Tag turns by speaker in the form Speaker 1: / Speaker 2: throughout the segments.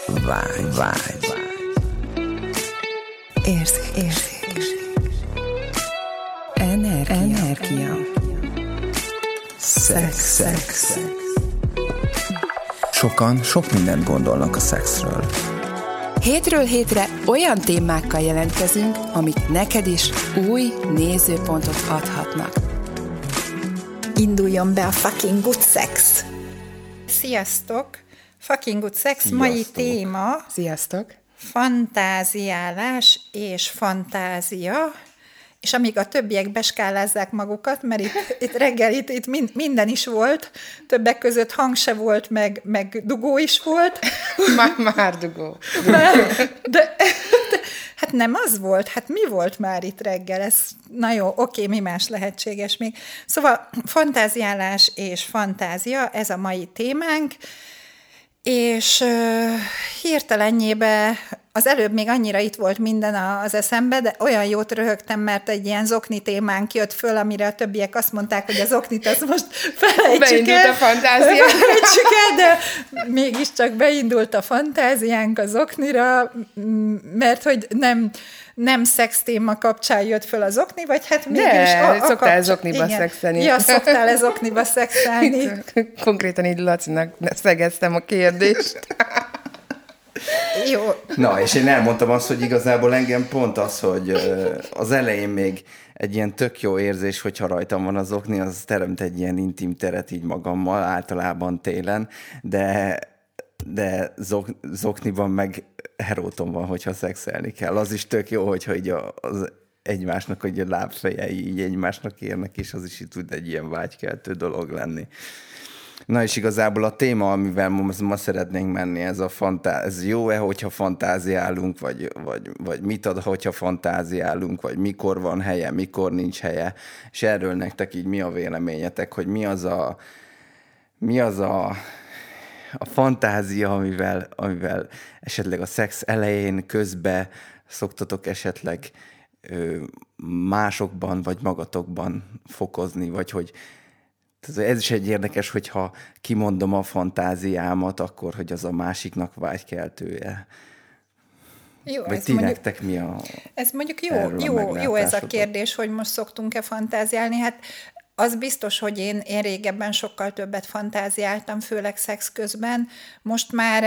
Speaker 1: Vágy. Érzékenység. Energia. Szex. Sokan sok mindent gondolnak a szexről.
Speaker 2: Hétről hétre olyan témákkal jelentkezünk, amik neked is új nézőpontot adhatnak.
Speaker 3: Induljon be a fucking good sex!
Speaker 4: Sziasztok! Fucking good sex, mai téma...
Speaker 2: Sziasztok!
Speaker 4: Fantáziálás és fantázia, és amíg a többiek beskálázzák magukat, mert itt reggel itt minden is volt, többek között hang se volt, meg dugó is volt.
Speaker 2: Már dugó.
Speaker 4: De hát nem az volt, hát mi volt már itt reggel? Ez, na jó, oké, mi más lehetséges még. Szóval fantáziálás és fantázia, ez a mai témánk, és hirtelenjébe az előbb még annyira itt volt minden az eszembe, de olyan jót röhögtem, mert egy ilyen zokni témánk jött föl, amire a többiek azt mondták, hogy az zoknit azt most felejtsük el.
Speaker 2: Beindult a fantázia.
Speaker 4: Felejtsük el, de mégiscsak beindult a fantáziánk az zoknira, mert hogy nem szex téma kapcsán jött föl az okni, vagy hát mégis...
Speaker 2: Szoktál zokniba szexelni.
Speaker 4: Ja, szoktál zokniba szexelni.
Speaker 2: Konkrétan így Lacinak szegeztem a kérdést.
Speaker 4: Jó.
Speaker 5: Na, és én elmondtam azt, hogy igazából engem pont az, hogy az elején még egy ilyen tök jó érzés, hogyha rajtam van az okni, az teremt egy ilyen intim teret így magammal, általában télen, de zokniban meg heróton van, hogyha szexelni kell. Az is tök jó, hogyha így az egymásnak, hogy a lábfejei így egymásnak érnek, és az is így tud egy ilyen vágykeltő dolog lenni. Na és igazából a téma, amivel ma szeretnénk menni, ez jó-e, hogyha fantáziálunk, vagy mit ad, hogyha fantáziálunk, vagy mikor van helye, mikor nincs helye, és erről nektek így mi a véleményetek, hogy mi az a fantázia, amivel esetleg a szex elején, közben szoktatok esetleg másokban, vagy magatokban fokozni, vagy hogy ez is egy érdekes, hogyha kimondom a fantáziámat, akkor, hogy az a másiknak vágykeltője.
Speaker 4: Jó,
Speaker 5: vagy ti nektek mi a...
Speaker 4: Ez mondjuk jó ez a kérdés, hogy most szoktunk-e fantáziálni. Hát az biztos, hogy én régebben sokkal többet fantáziáltam, főleg szex közben. Most már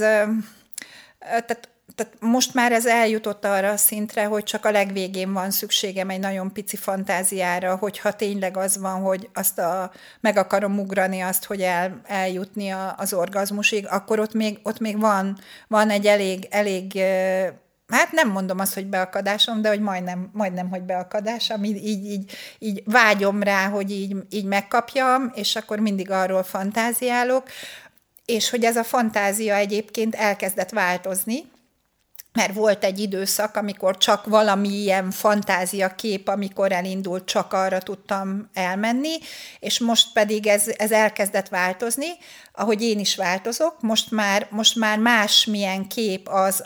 Speaker 4: tehát most már ez eljutott arra a szintre, hogy csak a legvégén van szükségem egy nagyon pici fantáziára, hogyha tényleg az van, hogy meg akarom ugrani azt, hogy eljutni az orgazmusig, akkor ott még van egy elég hát nem mondom azt, hogy beakadásom, de hogy majdnem hogy beakadás, ami így vágyom rá, hogy így megkapjam, és akkor mindig arról fantáziálok, és hogy ez a fantázia egyébként elkezdett változni, mert volt egy időszak, amikor csak valamilyen fantáziakép, amikor elindult, csak arra tudtam elmenni, és most pedig ez elkezdett változni, ahogy én is változok, most már másmilyen kép az,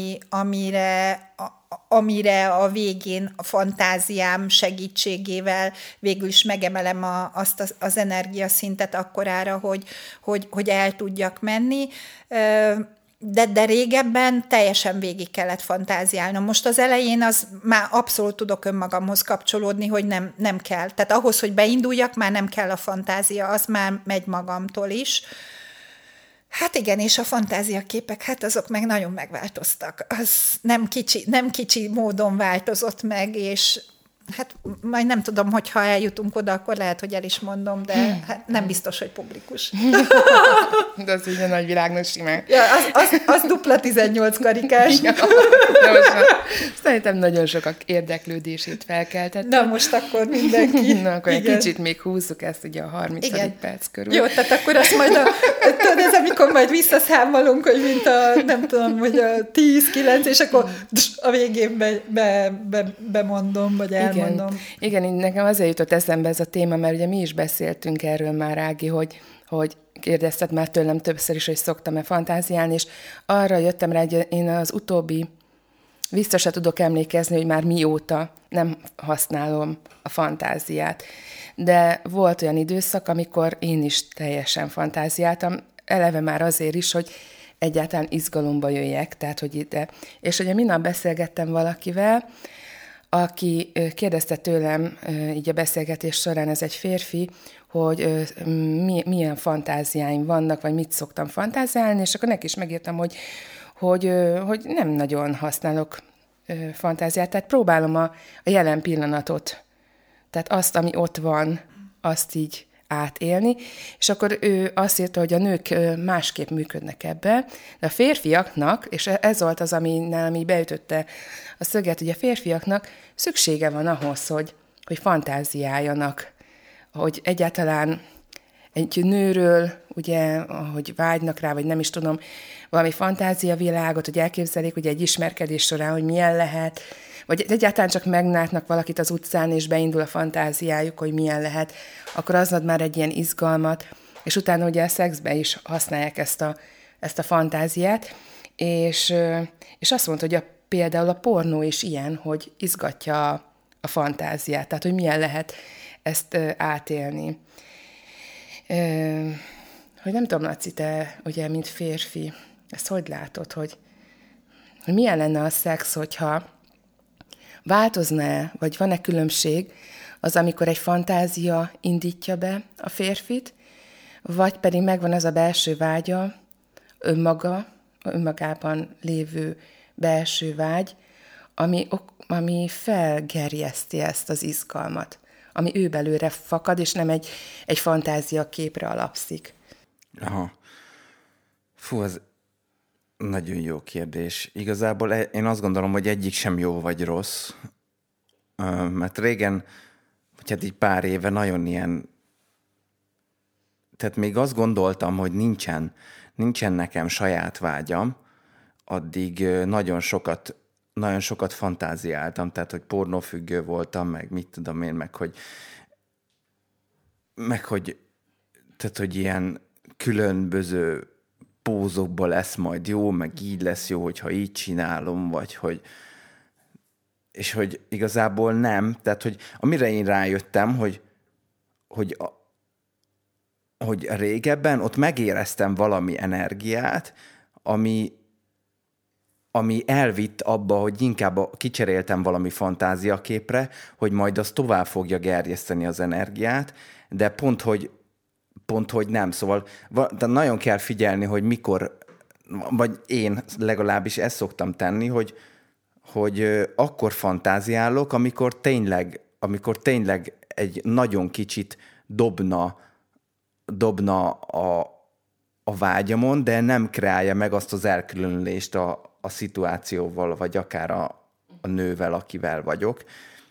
Speaker 4: amire a végén a fantáziám segítségével végül is megemelem azt az energiaszintet akkorára, hogy el tudjak menni. De régebben teljesen végig kellett fantáziálnom. Most az elején az már abszolút tudok önmagamhoz kapcsolódni, hogy nem kell. Tehát ahhoz, hogy beinduljak, már nem kell a fantázia, az már megy magamtól is. Hát igen, és a fantáziaképek, hát azok meg nagyon megváltoztak. Az nem kicsi módon változott meg, és hát majd nem tudom, hogy ha eljutunk oda, akkor lehet, hogy el is mondom, de hát nem biztos, hogy publikus.
Speaker 2: De az így a nagyvilágnak simán.
Speaker 4: Ja, az dupla 18 karikás.
Speaker 2: Ja, szerintem nagyon sokak érdeklődését felkeltett.
Speaker 4: Na most akkor mindenki.
Speaker 2: Na akkor egy kicsit még húzzuk ezt ugye a 30.
Speaker 4: Igen.
Speaker 2: perc körül.
Speaker 4: Jó, tehát akkor azt majd tudod, ez amikor majd visszaszámolunk, hogy mint nem tudom, hogy a 10-9, és akkor a végén bemondom, vagy elmondom.
Speaker 2: Igen, nekem azért jutott eszembe ez a téma, mert ugye mi is beszéltünk erről már, Ági, hogy kérdezted már tőlem többször is, hogy szoktam-e fantáziálni, és arra jöttem rá, hogy én az utóbbi, vissza se tudok emlékezni, hogy már mióta nem használom a fantáziát. De volt olyan időszak, amikor én is teljesen fantáziáltam, eleve már azért is, hogy egyáltalán izgalomba jöjjek, tehát hogy ide. És ugye minap beszélgettem valakivel, aki kérdezte tőlem így a beszélgetés során, ez egy férfi, hogy milyen fantáziáim vannak, vagy mit szoktam fantáziálni, és akkor neki is megírtam, hogy nem nagyon használok fantáziát, tehát próbálom a jelen pillanatot, tehát azt, ami ott van, azt így átélni, és akkor ő azt írta, hogy a nők másképp működnek ebbe, de a férfiaknak, és ez volt az, ami beütötte a szöget, hogy a férfiaknak szüksége van ahhoz, hogy fantáziáljanak, hogy egyáltalán egy nőről, ugye, ahogy vágynak rá, vagy nem is tudom, valami fantáziavilágot, hogy elképzelik, ugye egy ismerkedés során, hogy milyen lehet, vagy egyáltalán csak meglátnak valakit az utcán, és beindul a fantáziájuk, hogy milyen lehet, akkor az ad már egy ilyen izgalmat, és utána ugye a szexben is használják ezt a fantáziát, és azt mondta, hogy például a pornó is ilyen, hogy izgatja a fantáziát, tehát hogy milyen lehet ezt átélni. Hogy nem tudom, Laci, te ugye, mint férfi, ezt hogy látod, hogy milyen lenne a szex, hogyha változna-e, vagy van-e különbség az, amikor egy fantázia indítja be a férfit, vagy pedig megvan az a belső vágya, önmagában lévő belső vágy, ami felgerjeszti ezt az izgalmat, ami ő belőle fakad, és nem egy fantázia képre alapszik.
Speaker 5: Aha. Fú, ez nagyon jó kérdés. Igazából én azt gondolom, hogy egyik sem jó vagy rossz, mert régen, vagy hát így pár éve nagyon ilyen, tehát még azt gondoltam, hogy nincsen nekem saját vágyam, addig nagyon sokat fantáziáltam, tehát hogy pornófüggő voltam, meg mit tudom én, meg hogy tehát, hogy ilyen különböző pózokból lesz majd jó, meg így lesz jó, hogyha így csinálom, vagy és hogy igazából nem, tehát hogy amire én rájöttem, hogy régebben ott megéreztem valami energiát, ami elvitt abba, hogy inkább kicseréltem valami fantáziaképre, hogy majd az tovább fogja gerjeszteni az energiát, de pont, hogy nem. Szóval de nagyon kell figyelni, hogy mikor, vagy én legalábbis ezt szoktam tenni, hogy akkor fantáziálok, amikor tényleg egy nagyon kicsit dobna a vágyamon, de nem kreálja meg azt az elkülönülést a szituációval, vagy akár a nővel, akivel vagyok,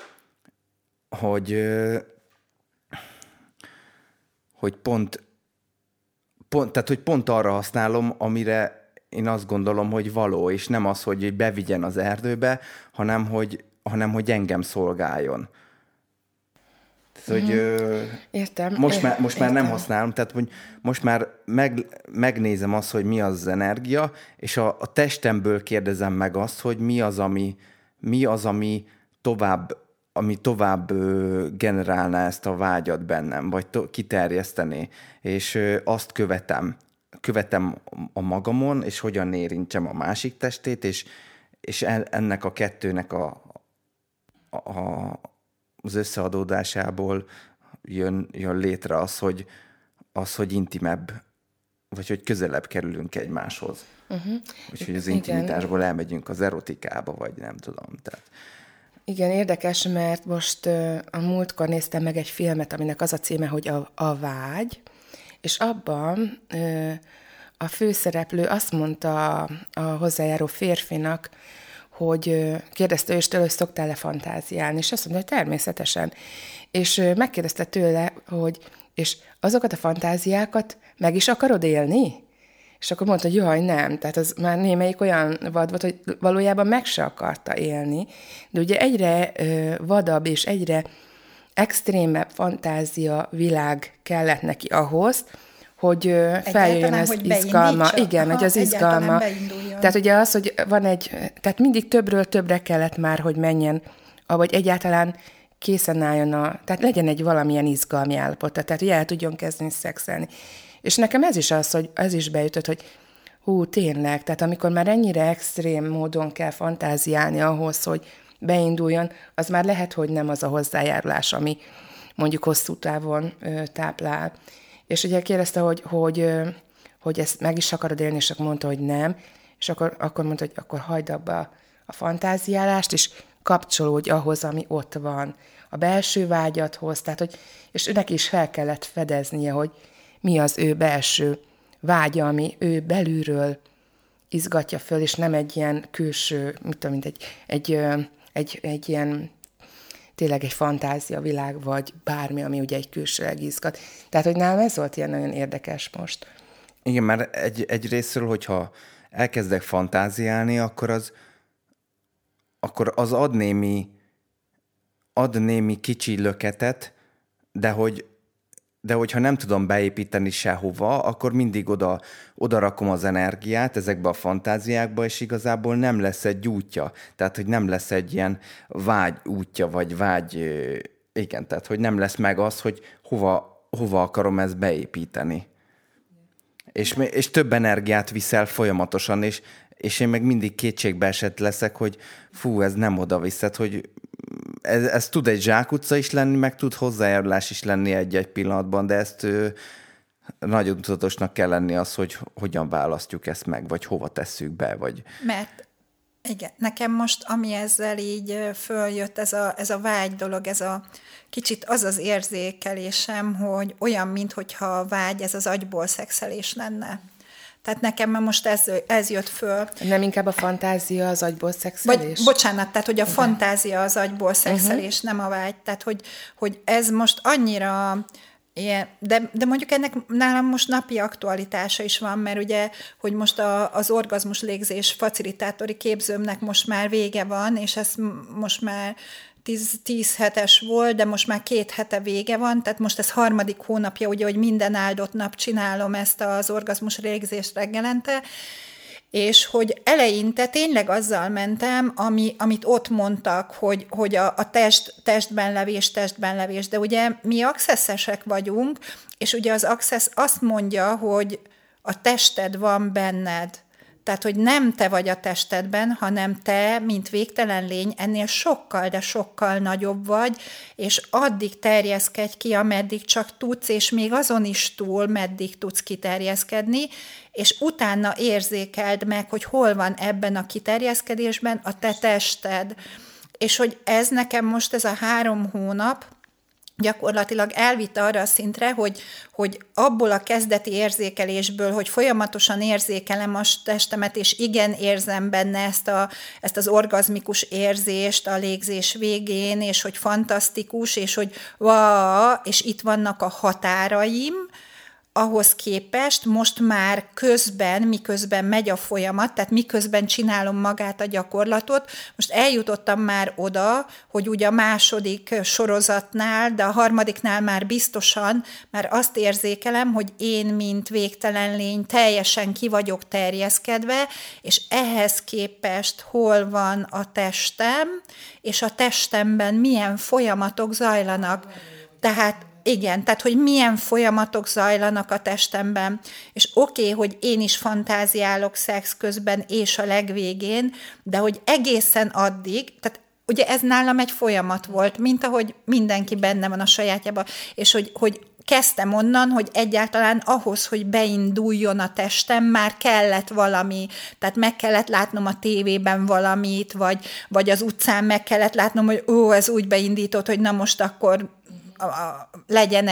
Speaker 5: hogy pont arra használom, amire én azt gondolom, hogy való, és nem az, hogy bevigyen az erdőbe, hanem hogy engem szolgáljon. Tehát, hogy
Speaker 2: Értem.
Speaker 5: Most már nem használom, tehát hogy most már megnézem azt, hogy mi az energia, és a testemből kérdezem meg azt, hogy mi az, ami tovább generálná ezt a vágyat bennem, vagy kiterjesztené, és azt követem a magamon, és hogyan érintsem a másik testét, és ennek a kettőnek az összeadódásából jön létre az, hogy intimebb, vagy hogy közelebb kerülünk egymáshoz. Úgyhogy az intimitásból elmegyünk az erotikába, vagy nem tudom. Tehát.
Speaker 2: Igen, érdekes, mert most a múltkor néztem meg egy filmet, aminek az a címe, hogy a vágy, és abban a főszereplő azt mondta a hozzájáró férfinak, hogy kérdezte őstől, hogy szoktál-e fantáziálni, és azt mondta, hogy természetesen. És megkérdezte tőle, hogy és azokat a fantáziákat meg is akarod élni? És akkor mondta, hogy jaj, nem. Tehát az már némelyik olyan vad volt, hogy valójában meg se akarta élni. De ugye egyre vadabb és egyre extrémebb fantázia világ kellett neki ahhoz, hogy feljöjjön az izgalma. Igen, hogy az izgalma. Tehát ugye az, hogy van tehát mindig többről többre kellett már, hogy menjen, vagy egyáltalán készen álljon tehát legyen egy valamilyen izgalmi állapota, tehát hogy el tudjon kezdeni szexelni. És nekem ez is az, hogy ez is beütött, tényleg, tehát amikor már ennyire extrém módon kell fantáziálni ahhoz, hogy beinduljon, az már lehet, hogy nem az a hozzájárulás, ami mondjuk hosszú távon táplál. És ugye kérdezte, hogy ezt meg is akarod élni, és akkor mondta, hogy nem, és akkor mondta, hogy akkor hagyd abba a fantáziálást, és kapcsolódj ahhoz, ami ott van, a belső vágyathoz, tehát, hogy, és neki is fel kellett fedeznie, hogy mi az ő belső vágya, ami ő belülről izgatja föl, és nem egy ilyen külső, mit tudom, mint egy ilyen tényleg egy fantázia világ, vagy bármi, ami ugye egy külsőleg izgat. Tehát, hogy nálam ez volt ilyen nagyon érdekes most.
Speaker 5: Igen, mert egy részről, hogyha elkezdek fantáziálni, akkor az ad némi kicsi löketet, de hogyha nem tudom beépíteni sehova, akkor mindig oda rakom az energiát ezekbe a fantáziákba, és igazából nem lesz egy útja. Tehát, hogy nem lesz egy ilyen vágy útja, vagy igen, tehát, hogy nem lesz meg az, hogy hova akarom ezt beépíteni. És több energiát viszel folyamatosan, és én meg mindig kétségbe esett leszek, hogy ez nem oda viszed, hogy ez tud egy zsákutca is lenni, meg tud hozzájárulás is lenni egy-egy pillanatban, de ezt nagyon tudatosnak kell lenni az, hogy hogyan választjuk ezt meg, vagy hova tesszük be, vagy... Mert
Speaker 4: igen, nekem most, ami ezzel így följött, ez a vágy dolog, ez a kicsit az érzékelésem, hogy olyan, minthogyha a vágy, ez az agyból szexelés lenne. Tehát nekem most ez jött föl.
Speaker 2: Nem inkább a fantázia az agyból szexelés?
Speaker 4: Bocsánat, tehát hogy a fantázia az agyból szexelés, nem a vágy. Tehát hogy ez most annyira... ilyen, de mondjuk ennek nálam most napi aktualitása is van, mert ugye, hogy most az orgazmus légzés facilitátori képzőmnek most már vége van, és ez most már 10 hetes volt, de most már 2 hete vége van, tehát most ez 3. hónapja, ugye, hogy minden áldott nap csinálom ezt az orgazmus légzést reggelente, és hogy eleinte tényleg azzal mentem, amit ott mondtak, hogy a testben levés, de ugye mi accessesek vagyunk, és ugye az access azt mondja, hogy a tested van benned. Tehát, hogy nem te vagy a testedben, hanem te, mint végtelen lény, ennél sokkal, de sokkal nagyobb vagy, és addig terjeszkedj ki, ameddig csak tudsz, és még azon is túl, meddig tudsz kiterjeszkedni, és utána érzékeld meg, hogy hol van ebben a kiterjeszkedésben a te tested. És hogy ez nekem most ez a 3 hónap, gyakorlatilag elvitte arra a szintre, hogy abból a kezdeti érzékelésből, hogy folyamatosan érzékelem a testemet, és igen érzem benne ezt az orgazmikus érzést a légzés végén, és hogy fantasztikus, és hogy és itt vannak a határaim, ahhoz képest most már miközben megy a folyamat, tehát miközben csinálom magát a gyakorlatot, most eljutottam már oda, hogy ugye a 2. sorozatnál, de a 3. már biztosan, már azt érzékelem, hogy én, mint végtelen lény, teljesen ki vagyok terjeszkedve, és ehhez képest hol van a testem, és a testemben milyen folyamatok zajlanak. Tehát igen, tehát, hogy milyen folyamatok zajlanak a testemben, és oké, hogy én is fantáziálok szex közben és a legvégén, de hogy egészen addig, tehát ugye ez nálam egy folyamat volt, mint ahogy mindenki benne van a sajátjában, és hogy kezdtem onnan, hogy egyáltalán ahhoz, hogy beinduljon a testem, már kellett valami, tehát meg kellett látnom a tévében valamit, vagy az utcán meg kellett látnom, hogy ez úgy beindított, hogy na most akkor legyen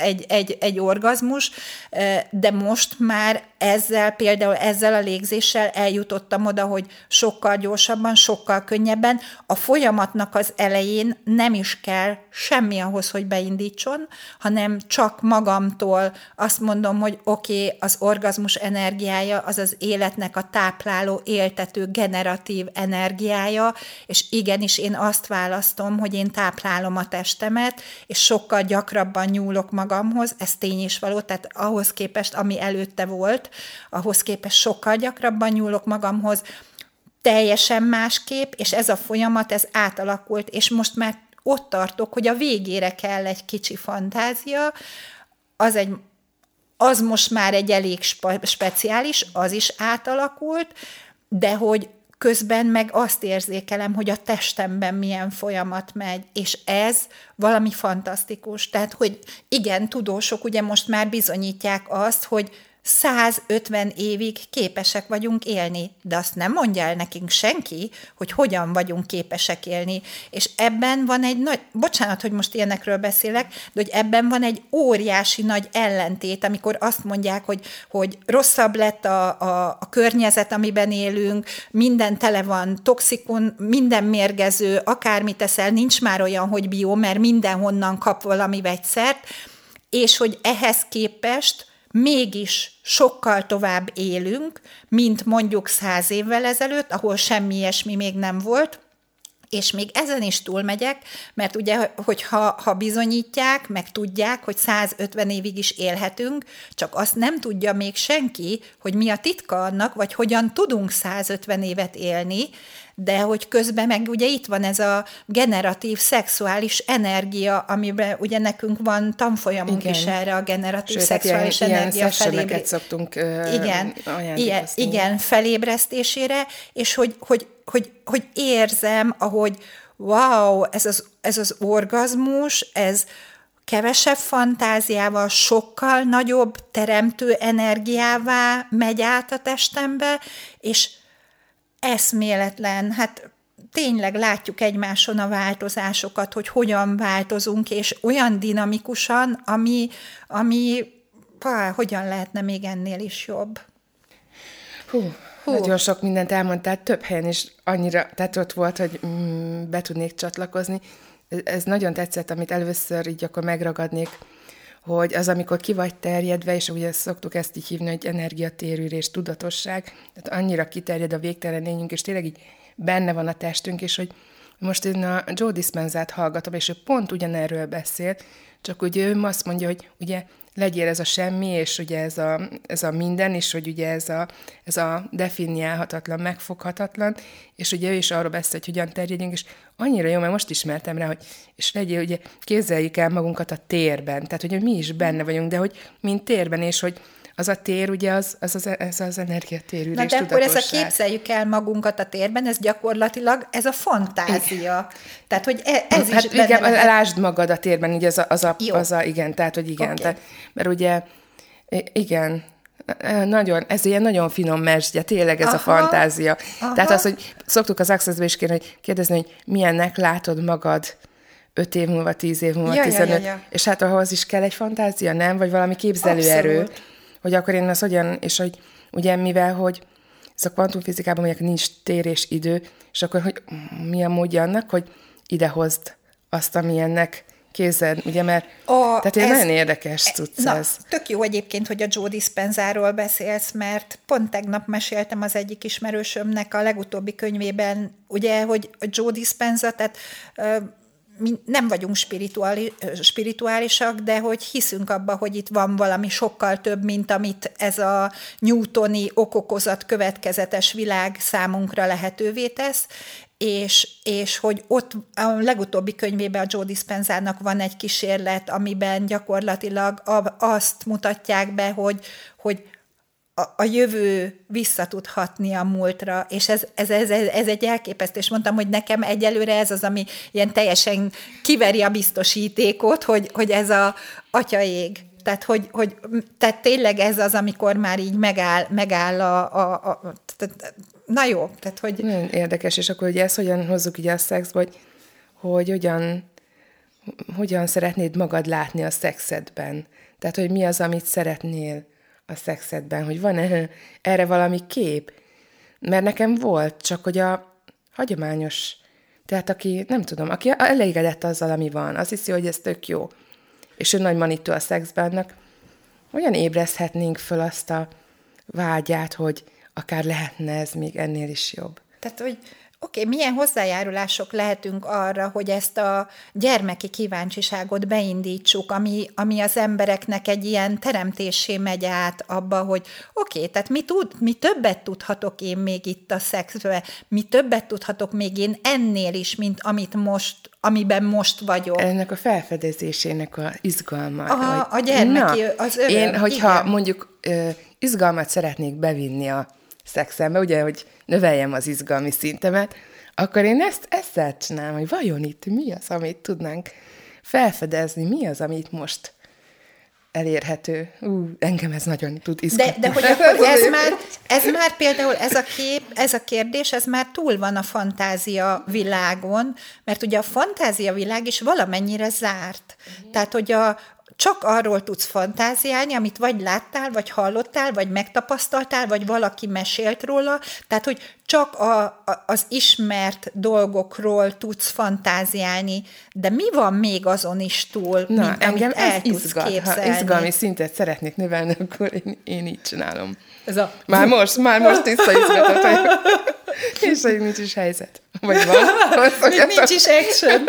Speaker 4: egy orgazmus, de most már például ezzel a légzéssel eljutottam oda, hogy sokkal gyorsabban, sokkal könnyebben, a folyamatnak az elején nem is kell semmi ahhoz, hogy beindítson, hanem csak magamtól azt mondom, hogy oké, az orgazmus energiája az az életnek a tápláló, éltető, generatív energiája, és igenis én azt választom, hogy én táplálom a testemet, és sokkal gyakrabban nyúlok magamhoz, ez tény is való, tehát ahhoz képest, ami előtte volt, ahhoz képest sokkal gyakrabban nyúlok magamhoz, teljesen másképp, és ez a folyamat, ez átalakult, és most már ott tartok, hogy a végére kell egy kicsi fantázia, az most már egy elég speciális, az is átalakult, de hogy közben meg azt érzékelem, hogy a testemben milyen folyamat megy, és ez valami fantasztikus. Tehát, hogy igen, tudósok ugye most már bizonyítják azt, hogy 150 évig képesek vagyunk élni, de azt nem mondja el nekünk senki, hogy hogyan vagyunk képesek élni. És ebben van egy nagy, bocsánat, hogy most ilyenekről beszélek, de hogy ebben van egy óriási nagy ellentét, amikor azt mondják, hogy rosszabb lett a környezet, amiben élünk, minden tele van toxikon, minden mérgező, akármit teszel, nincs már olyan, hogy bio, mert mindenhonnan kap valami vegyszert, és hogy ehhez képest mégis sokkal tovább élünk, mint mondjuk 100 évvel ezelőtt, ahol semmi ilyesmi még nem volt, és még ezen is túlmegyek, mert ugye, hogyha bizonyítják, meg tudják, hogy 150 évig is élhetünk, csak azt nem tudja még senki, hogy mi a titka annak, vagy hogyan tudunk 150 évet élni, de hogy közben meg ugye itt van ez a generatív, szexuális energia, amiben ugye nekünk van tanfolyamunk is erre a generatív, szexuális energia
Speaker 2: szoktunk
Speaker 4: igen, felébresztésére, és hogy érzem, ahogy wow, ez az orgazmus, ez kevesebb fantáziával, sokkal nagyobb teremtő energiává megy át a testembe, és eszméletlen, hát tényleg látjuk egymáson a változásokat, hogy hogyan változunk, és olyan dinamikusan, ami hogyan lehetne még ennél is jobb.
Speaker 2: Nagyon sok mindent elmondtál, több helyen is annyira, tehát ott volt, hogy be tudnék csatlakozni. Ez nagyon tetszett, amit először így akkor megragadnék, hogy az, amikor ki vagy terjedve, és ugye szoktuk ezt így hívni, hogy energiatérülés, tudatosság, tehát annyira kiterjed a végtelen lényünk, és tényleg így benne van a testünk, és hogy most én a Joe Dispenzát hallgatom, és ő pont ugyanerről beszél, csak ugye ő azt mondja, hogy ugye legyél ez a semmi, és ugye ez a minden, és hogy ugye ez a definiálhatatlan, megfoghatatlan, és ugye ő is arról beszél, hogy hogyan terjedjünk, és annyira jó, mert most ismertem rá, hogy és legyél, ugye képzeljük el magunkat a térben, tehát hogy mi is benne vagyunk, de hogy mint térben, és hogy az a tér, ugye az energiatérülés,
Speaker 4: na de akkor ez a képzeljük el magunkat a térben, ez gyakorlatilag ez a fantázia. Tehát, hogy ez
Speaker 2: hát
Speaker 4: is
Speaker 2: igen,
Speaker 4: benne
Speaker 2: lásd magad a térben, így igen, tehát, hogy igen.
Speaker 4: Okay.
Speaker 2: Tehát, mert ugye, igen, nagyon, ez ilyen nagyon finom mesdje, tényleg ez a fantázia. Tehát az, hogy szoktuk az Access-be is kérdezni, hogy milyennek látod magad 5 év múlva, 10 év múlva, 15, és hát ahhoz is kell egy fantázia, nem? Vagy valami képzelőerő, hogy akkor én az hogyan, és hogy ugye mivel, hogy ez a kvantumfizikában mondják, nincs tér és idő, és akkor hogy mi a módja annak, hogy idehozd azt, amilyennek kézed, ugye, mert tehát nagyon érdekes tudsz ez.
Speaker 4: Tök jó egyébként, hogy a Joe Dispenzáról beszélsz, mert pont tegnap meséltem az egyik ismerősömnek a legutóbbi könyvében, ugye, hogy a Joe Dispenza, tehát mi nem vagyunk spirituálisak, de hogy hiszünk abba, hogy itt van valami sokkal több, mint amit ez a newtoni okokozat következetes világ számunkra lehetővé tesz, és hogy ott a legutóbbi könyvében a Joe Dispenzának van egy kísérlet, amiben gyakorlatilag azt mutatják be, hogy a jövő vissza tud hatni a múltra, és ez egy elképesztő, és mondtam, hogy nekem egyelőre ez az, ami ilyen teljesen kiveri a biztosítékot, hogy ez a atyaég. Tehát tényleg ez az, amikor már így megáll na jó, tehát hogy...
Speaker 2: Nagyon érdekes, és akkor ugye ezt hogyan hozzuk ugye a szexbe, hogy hogyan szeretnéd magad látni a szexedben. Tehát, hogy mi az, amit szeretnél a szexedben, hogy van erre valami kép? Mert nekem volt, csak hogy a hagyományos, tehát aki, nem tudom, aki elégedett azzal, ami van, azt hiszi, hogy ez tök jó, és ő nagy manitó a szexben, annak hogyan ébreszthetnénk föl azt a vágyát, hogy akár lehetne ez még ennél is jobb.
Speaker 4: Tehát, hogy milyen hozzájárulások lehetünk arra, hogy ezt a gyermeki kíváncsiságot beindítsuk, ami az embereknek egy ilyen teremtésé megy át abba, hogy tehát mi többet tudhatok én még itt a szexbe, mi többet tudhatok még én ennél is, mint amit most amiben most vagyok.
Speaker 2: Ennek a felfedezésének a izgalma.
Speaker 4: A gyermeki, az öröm.
Speaker 2: Én, hogyha
Speaker 4: igen.
Speaker 2: mondjuk izgalmat szeretnék bevinni a szexembe, ugye, hogy növeljem az izgalmi szintemet, akkor én ezt csinálom, hogy vajon itt mi az, amit tudnánk felfedezni, mi az, amit most elérhető. Engem ez nagyon tud izgatni.
Speaker 4: De hogy akkor ez már például ez a kérdés, ez már túl van a fantázia világon, mert ugye a fantázia világ is valamennyire zárt. Tehát, hogy csak arról tudsz fantáziálni, amit vagy láttál, vagy hallottál, vagy megtapasztaltál, vagy valaki mesélt róla, tehát, hogy csak az ismert dolgokról tudsz fantáziálni, de mi van még azon is túl, mint
Speaker 2: engem
Speaker 4: amit el
Speaker 2: ez
Speaker 4: tudsz
Speaker 2: izgat.
Speaker 4: képzelni?
Speaker 2: Ha izgalmi szintet szeretnék növelni, akkor én így csinálom.
Speaker 4: Már
Speaker 2: most visszaizgatott vagyok. És hogy nincs is helyzet. Vagy van?
Speaker 4: Még nincs is action.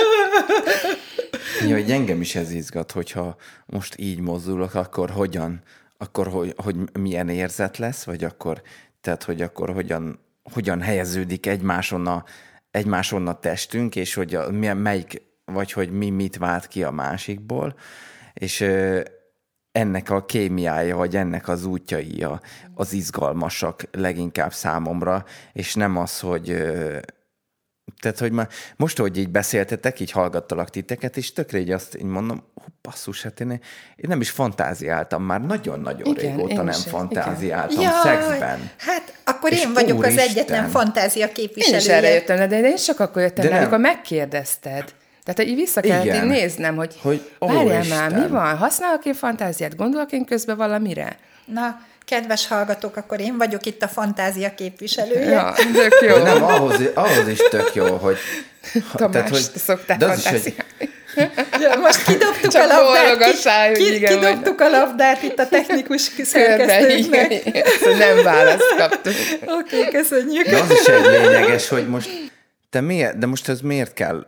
Speaker 5: Ja, hogy engem is ez izgat, hogyha most így mozdulok, akkor hogy milyen érzet lesz, vagy akkor hogyan helyeződik egymáson a testünk, és hogy hogy mi mit vált ki a másikból, és ennek a kémiája, vagy ennek az útjai az izgalmasak leginkább számomra, és nem az, hogy... Tehát, hogy már most, hogy így beszéltetek, így hallgattalak titeket, és tökre így azt így mondom, basszus, hát én nem is fantáziáltam, már nagyon-nagyon régóta nem fantáziáltam szexben.
Speaker 4: Hát akkor
Speaker 5: és
Speaker 4: én vagyok
Speaker 5: úristen,
Speaker 4: az egyetlen fantázia képviselője.
Speaker 2: Én is erre jöttem, de én csak akkor jöttem rá, amikor megkérdezted. Tehát, hogy vissza kellett így néznem, hogy várjál már, mi van? Használok én fantáziát? Gondolok én közben valamire?
Speaker 4: Na, kedves hallgatók, akkor én vagyok itt a fantázia képviselője.
Speaker 2: Ja, tök jó.
Speaker 5: De nem, ahhoz is tök jó, hogy...
Speaker 2: Tamás, te szoktál fantáziálni.
Speaker 4: Ja, most kidobtuk a labdát. Kidobtuk a labdát itt a technikus szerkesztőknek.
Speaker 2: Nem választ kaptuk.
Speaker 4: Oké, köszönjük.
Speaker 5: De az is egy lényeges, hogy most te miért, de most ez miért kell?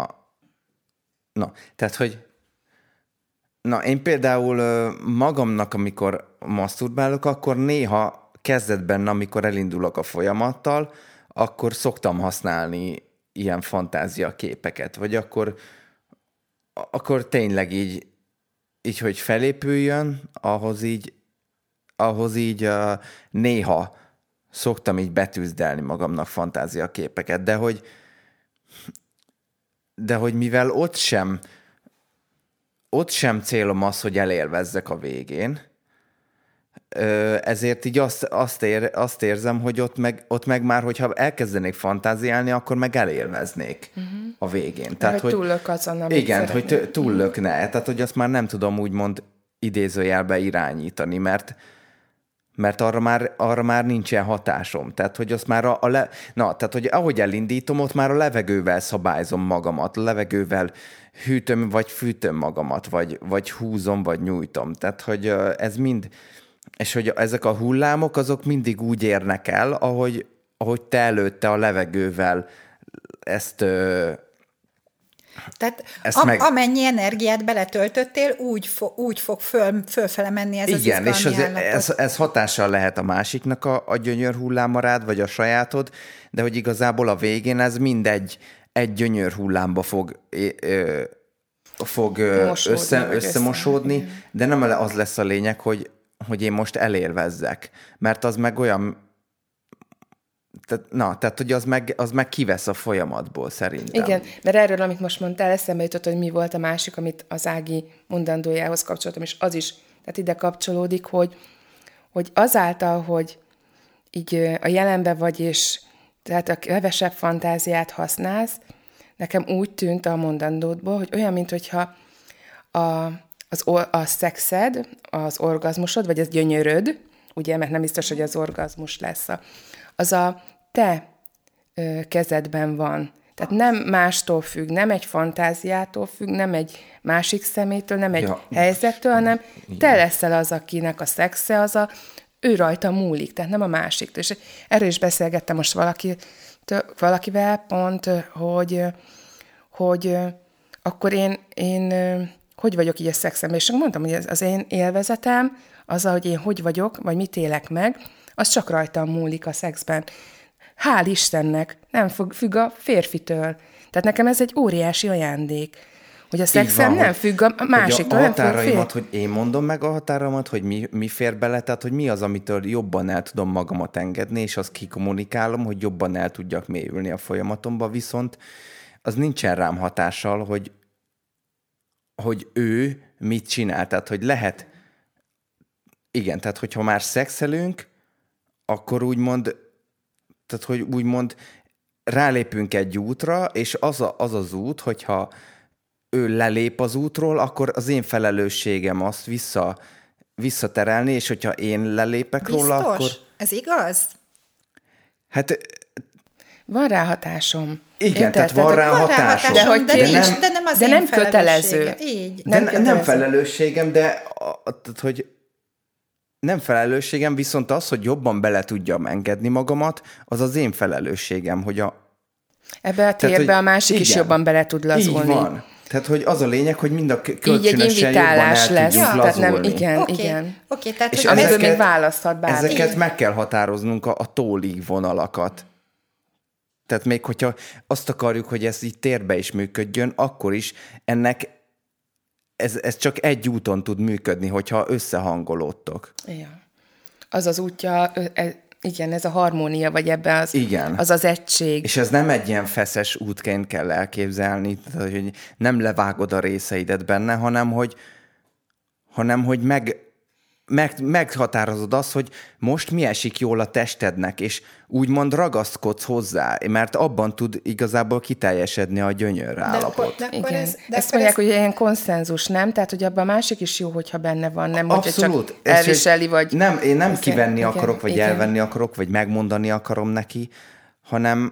Speaker 5: Tehát, hogy én például magamnak, amikor maszturbálok, akkor néha kezdetben, amikor elindulok a folyamattal, akkor szoktam használni ilyen fantázia képeket, vagy akkor tényleg így, hogy felépüljön, ahhoz így néha szoktam így betűzdelni magamnak fantázia képeket, de hogy mivel ott sem célom az, hogy elélvezzek a végén, ezért így azt érzem, hogy ott meg már, hogyha elkezdenék fantáziálni, akkor meg elélveznék a végén. Tehát,
Speaker 2: hogy túllök azon, amit
Speaker 5: igen,
Speaker 2: szeretnék.
Speaker 5: hogy túllökne. Tehát, hogy azt már nem tudom úgymond idézőjelbe irányítani, mert arra már nincsen hatásom. Tehát, hogy azt már tehát, hogy ahogy elindítom, ott már a levegővel szabályzom magamat, a levegővel hűtöm, vagy fűtöm magamat, vagy húzom, vagy nyújtom. Tehát, hogy ez mind... És hogy ezek a hullámok, azok mindig úgy érnek el, ahogy te előtte a levegővel ezt...
Speaker 4: Tehát amennyi energiát beletöltöttél, úgy fog fölfele menni ez
Speaker 5: igen,
Speaker 4: az izgalmi
Speaker 5: és ez hatással lehet a másiknak a gyönyör hulláma rád, vagy a sajátod, de hogy igazából a végén ez mindegy egy gyönyör hullámba fog összemosódni, de nem az lesz a lényeg, hogy én most elélvezzek, mert az meg olyan... Tehát, hogy az meg kivesz a folyamatból szerintem.
Speaker 2: Igen, mert erről, amit most mondtál, eszembe jutott, hogy mi volt a másik, amit az Ági mondandójához kapcsoltam, és az is, tehát ide kapcsolódik, hogy azáltal, hogy így a jelenben vagy, és tehát a kevesebb fantáziát használsz, nekem úgy tűnt a mondandódból, hogy olyan, mintha a szexed, az orgazmusod, vagy az gyönyöröd, ugye, mert nem biztos, hogy az orgazmus lesz, az a te kezedben van. Tehát nem mástól függ, nem egy fantáziától függ, nem egy másik szemétől, nem egy helyzettől, hanem te leszel az, akinek a szexe ő rajta múlik, tehát nem a másiktól. És erről is beszélgettem most valakivel pont, hogy akkor én hogy vagyok így a szexemben, és mondtam, hogy az én élvezetem, az, hogy én hogy vagyok, vagy mit élek meg, az csak rajtam múlik a szexben. Hál' Istennek, nem függ a férfitől. Tehát nekem ez egy óriási ajándék, hogy a szexem nem függ a másiktól,
Speaker 5: nem határaimat, hogy én mondom meg a határaimat, hogy mi fér bele, tehát hogy mi az, amitől jobban el tudom magamat engedni, és azt kikommunikálom, hogy jobban el tudjak mélyülni a folyamatomba, viszont az nincsen rám hatással, hogy ő mit csinál. Tehát, hogy lehet, igen, tehát hogyha már szexelünk, akkor úgymond rálépünk egy útra, és az az út, hogyha ő lelép az útról, akkor az én felelősségem azt visszaterelni, és hogyha én lelépek róla, akkor...
Speaker 4: Ez igaz?
Speaker 5: Hát...
Speaker 2: Van rá hatásom.
Speaker 5: Igen, tehát van rá hatásom.
Speaker 4: De nem az én
Speaker 2: kötelező.
Speaker 4: Így.
Speaker 5: Nem felelősségem, tehát, hogy nem felelősségem, viszont az, hogy jobban bele tudjam engedni magamat, az az én felelősségem, hogy
Speaker 2: ebbe a térbe a másik igen, is jobban bele tud lazulni.
Speaker 5: Így van. Tehát, hogy az a lényeg, hogy mind a kölcsönösen jobban el
Speaker 2: lesz.
Speaker 5: tudjunk lazulni.
Speaker 2: Igen.
Speaker 4: Okay, tehát,
Speaker 2: és amiből még választhat bármi.
Speaker 5: Ezeket meg kell határoznunk a tólig vonalakat. Tehát még hogyha azt akarjuk, hogy ez így térbe is működjön, akkor is ennek ez csak egy úton tud működni, hogyha összehangolódtok.
Speaker 2: Igen. Az útja, igen, ez a harmónia, vagy ebben az egység. És
Speaker 5: ez nem egy ilyen feszes útként kell elképzelni, tehát, hogy nem levágod a részeidet benne, hanem hogy meghatározod azt, hogy most mi esik jól a testednek, és úgymond ragaszkodsz hozzá, mert abban tud igazából kiteljesedni a gyönyör állapot.
Speaker 2: Ezt mondják, hogy ilyen konszenzus, nem? Tehát, hogy abban a másik is jó, hogyha benne van, nem?
Speaker 5: Abszolút.
Speaker 2: Hogyha csak elviseli, vagy...
Speaker 5: Én nem kivenni akarok, vagy elvenni akarok, vagy megmondani akarom neki, hanem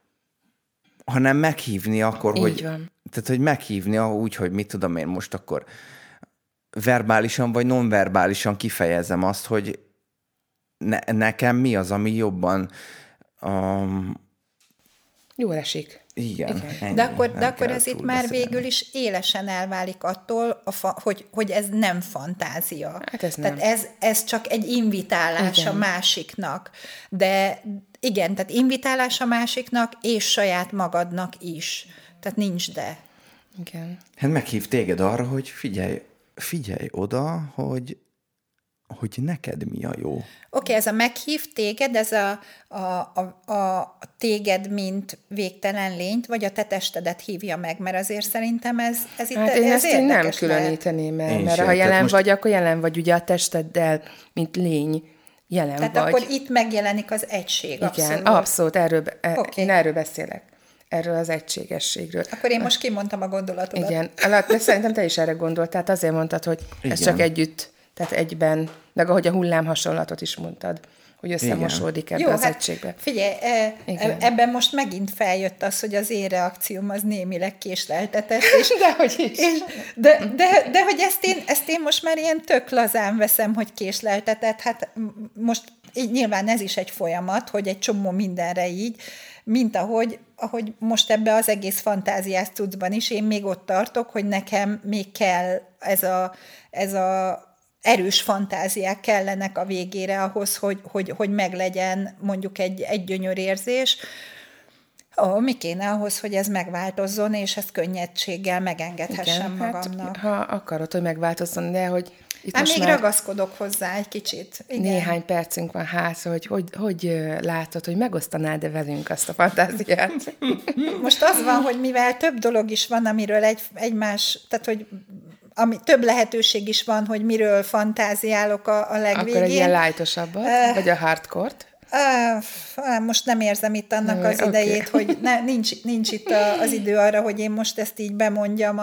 Speaker 5: meghívni akkor,
Speaker 2: így
Speaker 5: hogy...
Speaker 2: van.
Speaker 5: Tehát, hogy meghívni úgy, hogy mit tudom én most akkor verbálisan vagy nonverbálisan kifejezem azt, hogy nekem mi az, ami jobban...
Speaker 2: Jól esik.
Speaker 5: Igen.
Speaker 4: De akkor ez itt már végül is élesen elválik attól, hogy ez nem fantázia.
Speaker 2: Hát ez nem.
Speaker 4: Tehát ez csak egy invitálás a másiknak. De igen, tehát invitálás a másiknak, és saját magadnak is. Tehát nincs de.
Speaker 2: Igen.
Speaker 5: Hát meghív téged arra, hogy figyelj oda, hogy neked mi a jó.
Speaker 4: Oké, ez a meghív téged, ez a téged, mint végtelen lényt, vagy a te testedet hívja meg, mert azért szerintem ez itt
Speaker 2: hát én
Speaker 4: ez
Speaker 2: ezt én nem különíteném el, mert ha jelen vagy, akkor jelen vagy ugye a testeddel, mint lény. Jelen
Speaker 4: tehát
Speaker 2: vagy.
Speaker 4: akkor itt megjelenik az egység.
Speaker 2: Igen, abszolút én erről beszélek. Erről az egységességről.
Speaker 4: Akkor én most kimondtam a gondolatodat.
Speaker 2: Igen, de szerintem te is erre gondoltál, tehát azért mondtad, hogy ez csak együtt, tehát egyben, meg ahogy a hullámhasonlatot is mondtad, hogy összemosódik ebbe az egységbe.
Speaker 4: Figyelj, ebben most megint feljött az, hogy az én reakcióm az némileg késleltetett.
Speaker 2: Dehogy is.
Speaker 4: De hogy ezt én most már ilyen tök lazán veszem, hogy késleltetett. Hát most nyilván ez is egy folyamat, hogy egy csomó mindenre így, mint ahogy most ebbe az egész fantáziás cuccban is, én még ott tartok, hogy nekem még kell ez a erős fantáziák kellenek a végére ahhoz, hogy meglegyen mondjuk egy gyönyörérzés. Mi kéne ahhoz, hogy ez megváltozzon, és ezt könnyedséggel megengedhessem magamnak.
Speaker 2: Hát, ha akarod, hogy megváltozzon, de hogy itt
Speaker 4: hát
Speaker 2: most
Speaker 4: még
Speaker 2: már
Speaker 4: ragaszkodok hozzá egy kicsit. Igen.
Speaker 2: Néhány percünk van hátra, hogy látod, hogy megosztanád-e velünk azt a fantáziát?
Speaker 4: Most az van, hogy mivel több dolog is van, amiről egymás, tehát hogy több lehetőség is van, hogy miről fantáziálok a legvégén.
Speaker 2: Akkor egy ilyen lightosabbat, vagy a hardcore-t?
Speaker 4: Most nem érzem itt annak az idejét, hogy nincs itt az idő arra, hogy én most ezt így bemondjam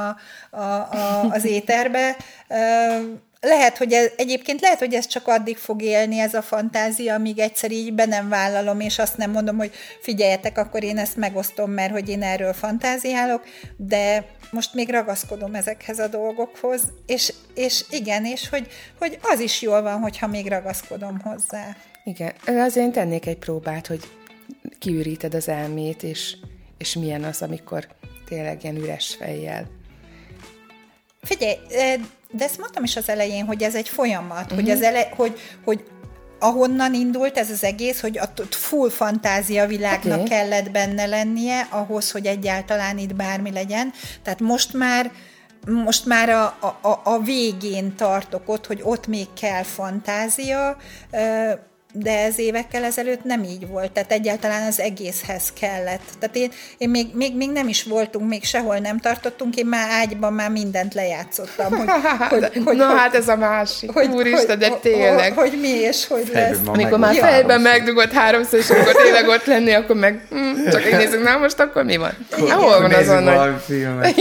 Speaker 4: az éterbe. Lehet, hogy ez csak addig fog élni, ez a fantázia, amíg egyszer így be nem vállalom, és azt nem mondom, hogy figyeljetek, akkor én ezt megosztom, mert hogy én erről fantáziálok, de most még ragaszkodom ezekhez a dolgokhoz, és igen, és hogy az is jól van, hogyha még ragaszkodom hozzá.
Speaker 2: Igen, azért én tennék egy próbát, hogy kiüríted az elmét, és milyen az, amikor tényleg ilyen üres fejjel.
Speaker 4: Figyelj, de ezt mondtam is az elején, hogy ez egy folyamat, hogy ahonnan indult ez az egész, hogy ott full fantázia világnak kellett benne lennie, ahhoz, hogy egyáltalán itt bármi legyen. Tehát most már a végén tartok ott, hogy ott még kell fantázia, de ez évekkel ezelőtt nem így volt, tehát egyáltalán az egészhez kellett. Tehát én még nem is voltunk, még sehol nem tartottunk, én már ágyban már mindent lejátszottam.
Speaker 2: Hát ez a másik. Úristen, de tényleg.
Speaker 4: Hogy mi és hogy lesz.
Speaker 2: Amikor már fejben megdugott háromszor, és amikor tényleg ott lenni, akkor meg csak így nézzük, na most akkor mi van? Hol van azon, hogy...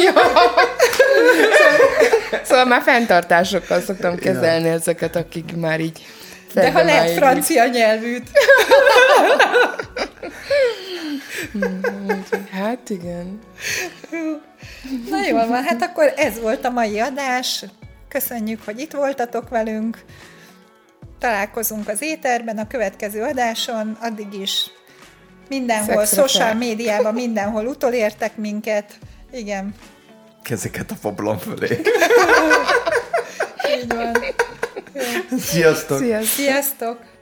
Speaker 2: Szóval már fenntartásokkal szoktam kezelni ezeket, akik már így
Speaker 4: de ha lehet francia nyelvűt.
Speaker 2: Hát igen.
Speaker 4: Na jól van, hát akkor ez volt a mai adás. Köszönjük, hogy itt voltatok velünk. Találkozunk az éterben a következő adáson. Addig is mindenhol, social médiában, mindenhol utolértek minket. Igen.
Speaker 5: Kezeket a poblon fölé.
Speaker 4: Így van.
Speaker 5: Sziasztok!
Speaker 4: Sziasztok!